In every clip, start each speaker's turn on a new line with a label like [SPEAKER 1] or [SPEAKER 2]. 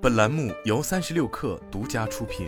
[SPEAKER 1] 本栏目由36氪独家出品。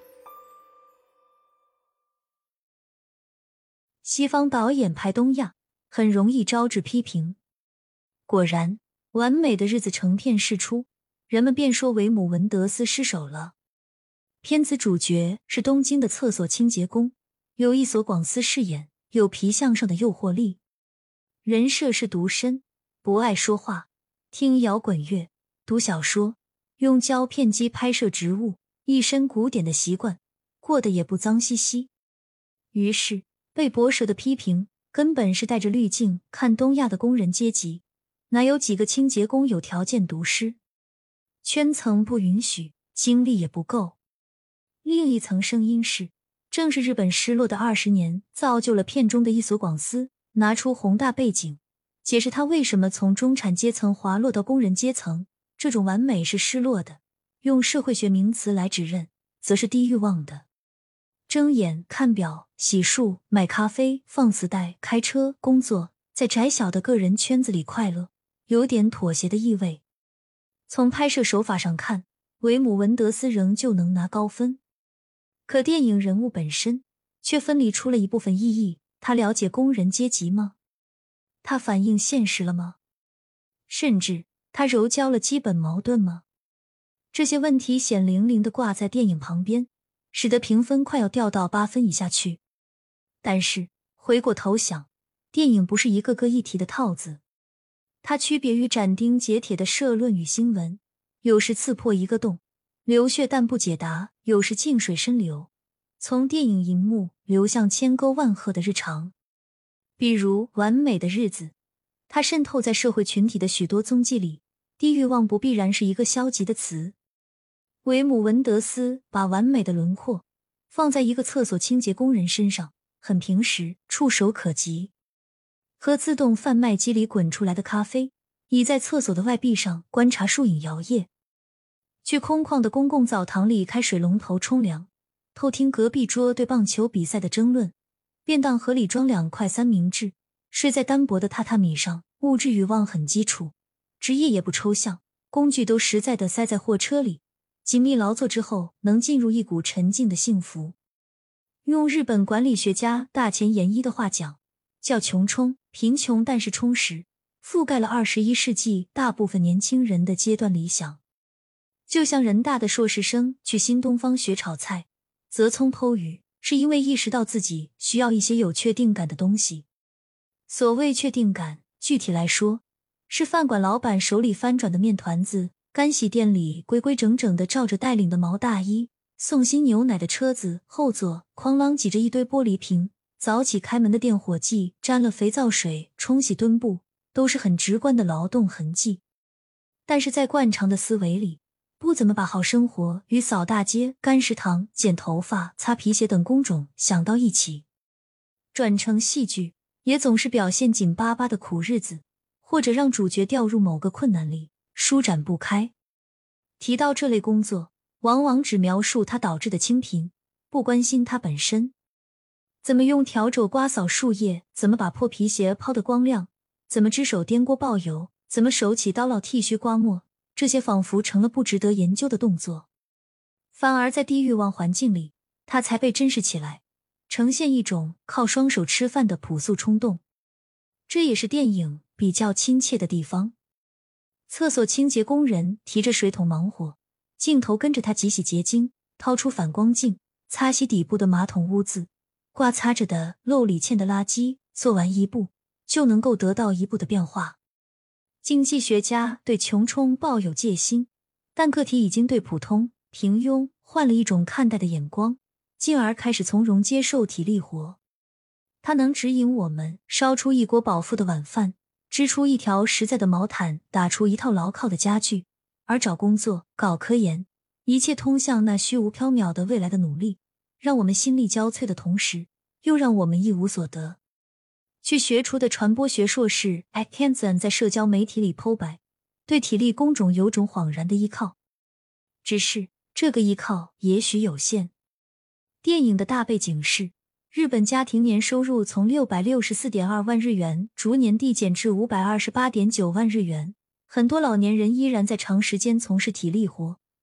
[SPEAKER 2] 西方导演拍东亚，很容易招致批评。果然，完美的日子成片释出，人们便说维姆文德斯失手了。片子主角是东京的厕所清洁工，由伊索广司饰演，有皮相上的诱惑力。人设是独身，不爱说话，听摇滚乐，读小说，用胶片机拍摄植物，一身古典的习惯，过得也不脏兮兮。于是被博舌的批评根本是带着滤镜看东亚的工人阶级，哪有几个清洁工有条件读诗？圈层不允许，精力也不够。另一层声音是，正是日本失落的20年造就了片中的伊索广司拿出宏大背景，解释他为什么从中产阶层滑落到工人阶层，这种完美是失落的，用社会学名词来指认，则是低欲望的。睁眼看表、洗漱、买咖啡、放磁带、开车、工作，在窄小的个人圈子里快乐，有点妥协的意味。从拍摄手法上看，维姆文德斯仍旧能拿高分。可电影人物本身却分离出了一部分意义，他了解工人阶级吗？他反映现实了吗？甚至他揉焦了基本矛盾吗？这些问题显灵灵地挂在电影旁边，使得评分快要掉到8分以下去。但是回过头想，电影不是一个个议题的套子，它区别于斩钉截铁的社论与新闻，有时刺破一个洞，流血但不解答，有时静水深流，从电影银幕流向千沟万壑的日常。比如完美的日子，它渗透在社会群体的许多踪迹里，低欲望不必然是一个消极的词。维姆文德斯把完美的轮廓放在一个厕所清洁工人身上，很平实，触手可及。喝自动贩卖机里滚出来的咖啡，倚在厕所的外壁上观察树影摇曳。去空旷的公共澡堂里开水龙头冲凉，偷听隔壁桌对棒球比赛的争论，便当盒里装2块三明治，睡在单薄的榻榻米上，物质欲望很基础，职业也不抽象，工具都实在地塞在货车里，紧密劳作之后能进入一股沉静的幸福。用日本管理学家大前研一的话讲，叫穷冲，贫穷但是充实，覆盖了21世纪大部分年轻人的阶段理想。就像人大的硕士生去新东方学炒菜，择葱剖鱼，是因为意识到自己需要一些有确定感的东西。所谓确定感，具体来说，是饭馆老板手里翻转的面团子，干洗店里规规整整地照着带领的毛大衣，送新牛奶的车子后座哐啷挤着一堆玻璃瓶，早起开门的店伙计沾了肥皂水冲洗墩布，都是很直观的劳动痕迹。但是在惯常的思维里，不怎么把好生活与扫大街、干食堂、剪头发、擦皮鞋等工种想到一起。转成戏剧，也总是表现紧巴巴的苦日子，或者让主角掉入某个困难里，舒展不开。提到这类工作，往往只描述它导致的清贫，不关心它本身。怎么用笤帚刮扫树叶，怎么把破皮鞋抛得光亮，怎么只手颠锅爆油，怎么手起刀落剃须刮墨，这些仿佛成了不值得研究的动作。反而在低欲望环境里，它才被珍视起来，呈现一种靠双手吃饭的朴素冲动。这也是电影比较亲切的地方。厕所清洁工人提着水桶忙活，镜头跟着他挤洗洁精，掏出反光镜，擦洗底部的马桶污渍，刮擦着的漏里嵌的垃圾，做完一步就能够得到一步的变化。经济学家对穷冲抱有戒心，但个体已经对普通、平庸换了一种看待的眼光，进而开始从容接受体力活。它能指引我们烧出一锅饱腹的晚饭，织出一条实在的毛毯，打出一套牢靠的家具，而找工作、搞科研，一切通向那虚无缥缈的未来的努力，让我们心力交瘁的同时，又让我们一无所得。去学厨的传播学硕士 Atkinson 在社交媒体里剖白，对体力工种有种恍然的依靠。只是这个依靠也许有限。电影的大背景是，日本家庭年收入从 664.2 万日元逐年递减至 528.9 万日元，很多老年人依然在长时间从事体力活，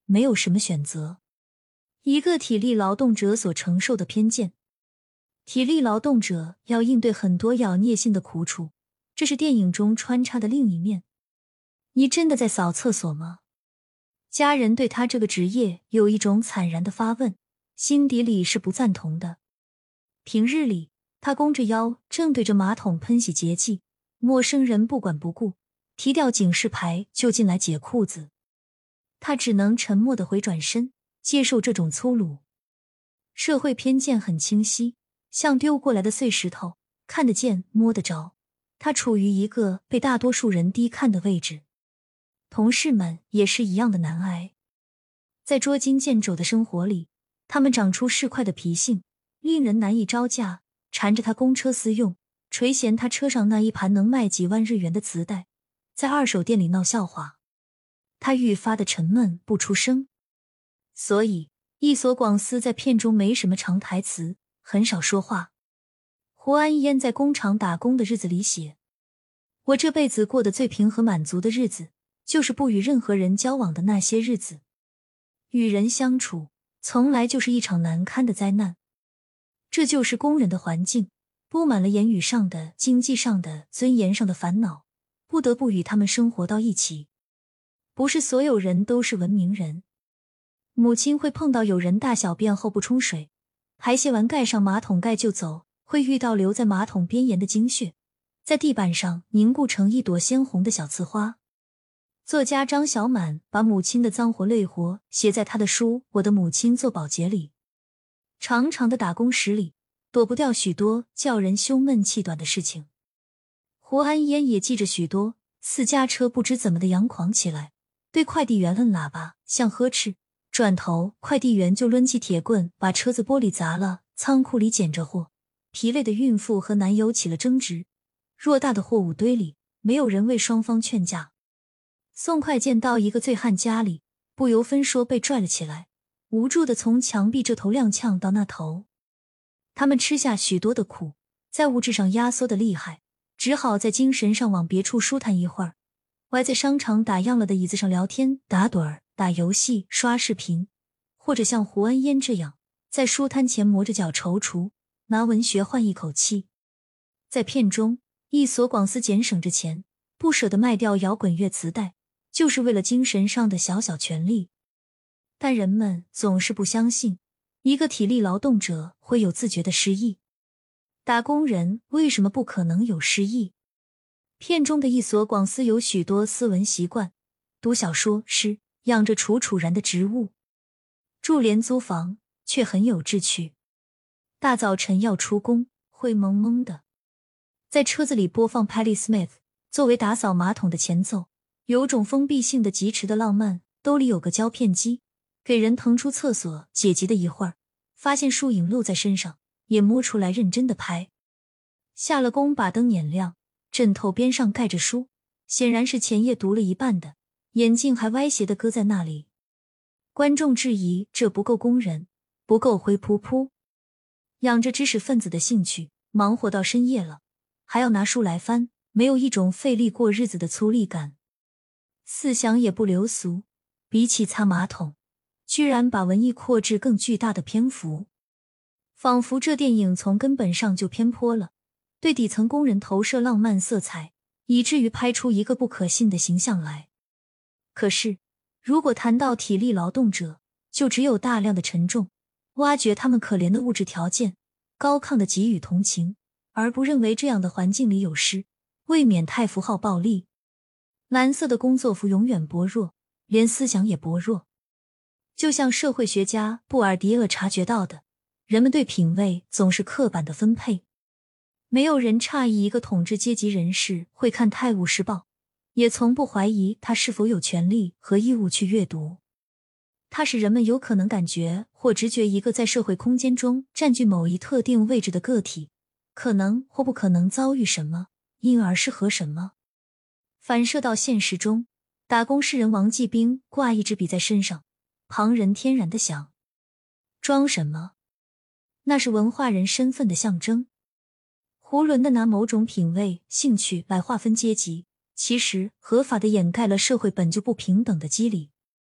[SPEAKER 2] 没有什么选择。一个体力劳动者所承受的偏见。体力劳动者要应对很多咬孽性的苦楚，这是电影中穿插的另一面。你真的在扫厕所吗？家人对他这个职业有一种惨然的发问，心底里是不赞同的。平日里，他弓着腰，正对着马桶喷洗洁剂，陌生人不管不顾，提掉警示牌就进来解裤子。他只能沉默地回转身，接受这种粗鲁。社会偏见很清晰，像丢过来的碎石头，看得见摸得着。他处于一个被大多数人低看的位置。同事们也是一样的难挨。在捉襟见肘的生活里，他们长出市侩的脾性，令人难以招架，缠着他公车私用，垂涎他车上那一盘能卖几万日元的磁带，在二手店里闹笑话。他愈发的沉闷不出声。所以伊索广司在片中没什么长台词，很少说话。胡安烟在工厂打工的日子里写，我这辈子过得最平和满足的日子，就是不与任何人交往的那些日子。与人相处，从来就是一场难堪的灾难。这就是工人的环境，布满了言语上的、经济上的、尊严上的烦恼，不得不与他们生活到一起。不是所有人都是文明人。母亲会碰到有人大小便后不冲水，排泄完盖上马桶盖就走，会遇到留在马桶边沿的精血，在地板上凝固成一朵鲜红的小刺花。作家张小满把母亲的脏活累活写在他的书《我的母亲做保洁》里。长长的打工时里，躲不掉许多叫人胸闷气短的事情。胡安烟也记着许多私家车不知怎么的扬狂起来，对快递员摁喇叭，像呵斥，转头快递员就抡起铁棍把车子玻璃砸了，仓库里捡着货，疲累的孕妇和男友起了争执，偌大的货物堆里，没有人为双方劝架。送快件到一个醉汉家里，不由分说被拽了起来，无助地从墙壁这头踉跄到那头。他们吃下许多的苦，在物质上压缩的厉害，只好在精神上往别处舒坦一会儿，歪在商场打烊了的椅子上聊天、打盹儿、打游戏、刷视频，或者像胡安烟这样，在书摊前磨着脚踌躇，拿文学换一口气。在片中，伊索广司俭省着钱，不舍得卖掉摇滚乐磁带，就是为了精神上的小小权利。但人们总是不相信，一个体力劳动者会有自觉的失忆。打工人为什么不可能有失忆？片中的伊索广司有许多斯文习惯，读小说、诗，养着楚楚然的植物，住廉租房，却很有志趣。大早晨要出工，会蒙蒙的。在车子里播放 Patti Smith 作为打扫马桶的前奏，有种封闭性的疾驰的浪漫。兜里有个胶片机，给人腾出厕所解急的一会儿，发现树影露在身上，也摸出来认真的拍。下了工把灯捻亮，枕头边上盖着书，显然是前夜读了一半的，眼镜还歪斜地搁在那里。观众质疑这不够工人，不够灰扑扑。养着知识分子的兴趣，忙活到深夜了，还要拿书来翻，没有一种费力过日子的粗粝感。思想也不流俗，比起擦马桶，居然把文艺扩至更巨大的篇幅。仿佛这电影从根本上就偏颇了，对底层工人投射浪漫色彩，以至于拍出一个不可信的形象来。可是，如果谈到体力劳动者，就只有大量的沉重，挖掘他们可怜的物质条件，高亢的给予同情，而不认为这样的环境里有诗，未免太符号暴力。蓝色的工作服永远薄弱，连思想也薄弱。就像社会学家布尔迪厄察觉到的，人们对品味总是刻板的分配。没有人诧异一个统治阶级人士会看《泰晤士报》，也从不怀疑他是否有权利和义务去阅读。它使人们有可能感觉或直觉一个在社会空间中占据某一特定位置的个体，可能或不可能遭遇什么，因而适合什么。反射到现实中，打工诗人王继兵挂一支笔在身上，旁人天然地想，装什么？那是文化人身份的象征。囫囵地拿某种品味、兴趣来划分阶级，其实合法地掩盖了社会本就不平等的机理。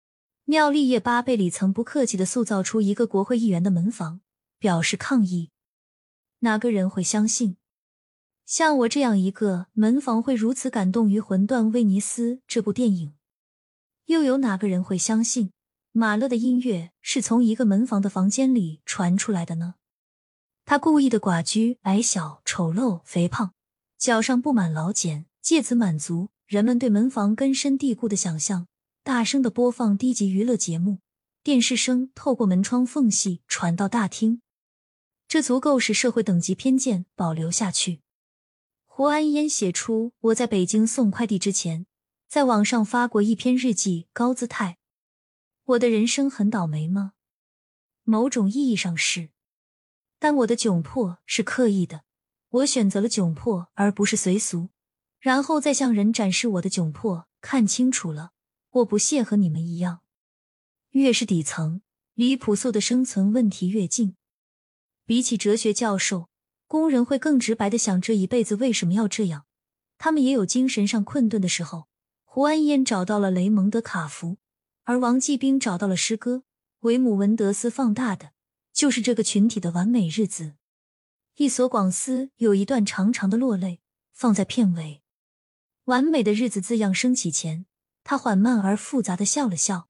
[SPEAKER 2] 妙丽叶巴贝里曾不客气地塑造出一个国会议员的门房，表示抗议。哪个人会相信像我这样一个门房会如此感动于《魂断威尼斯》这部电影？又有哪个人会相信马勒的音乐是从一个门房的房间里传出来的呢？他故意的寡居、矮小、丑陋、肥胖，脚上布满老茧，借此满足人们对门房根深蒂固的想象，大声地播放低级娱乐节目，电视声透过门窗缝隙传到大厅，这足够使社会等级偏见保留下去。胡安烟写出我在北京送快递之前，在网上发过一篇日记，高姿态。我的人生很倒霉吗？某种意义上是，但我的窘迫是刻意的，我选择了窘迫而不是随俗，然后再向人展示我的窘迫，看清楚了，我不屑和你们一样。越是底层，离朴素的生存问题越近。比起哲学教授，工人会更直白地想这一辈子为什么要这样，他们也有精神上困顿的时候。胡安烟找到了雷蒙德·卡福，而王继兵找到了诗歌，维姆文德斯放大的就是这个群体的完美日子。一所广司有一段长长的落泪，放在片尾。完美的日子字样升起前，他缓慢而复杂地笑了笑。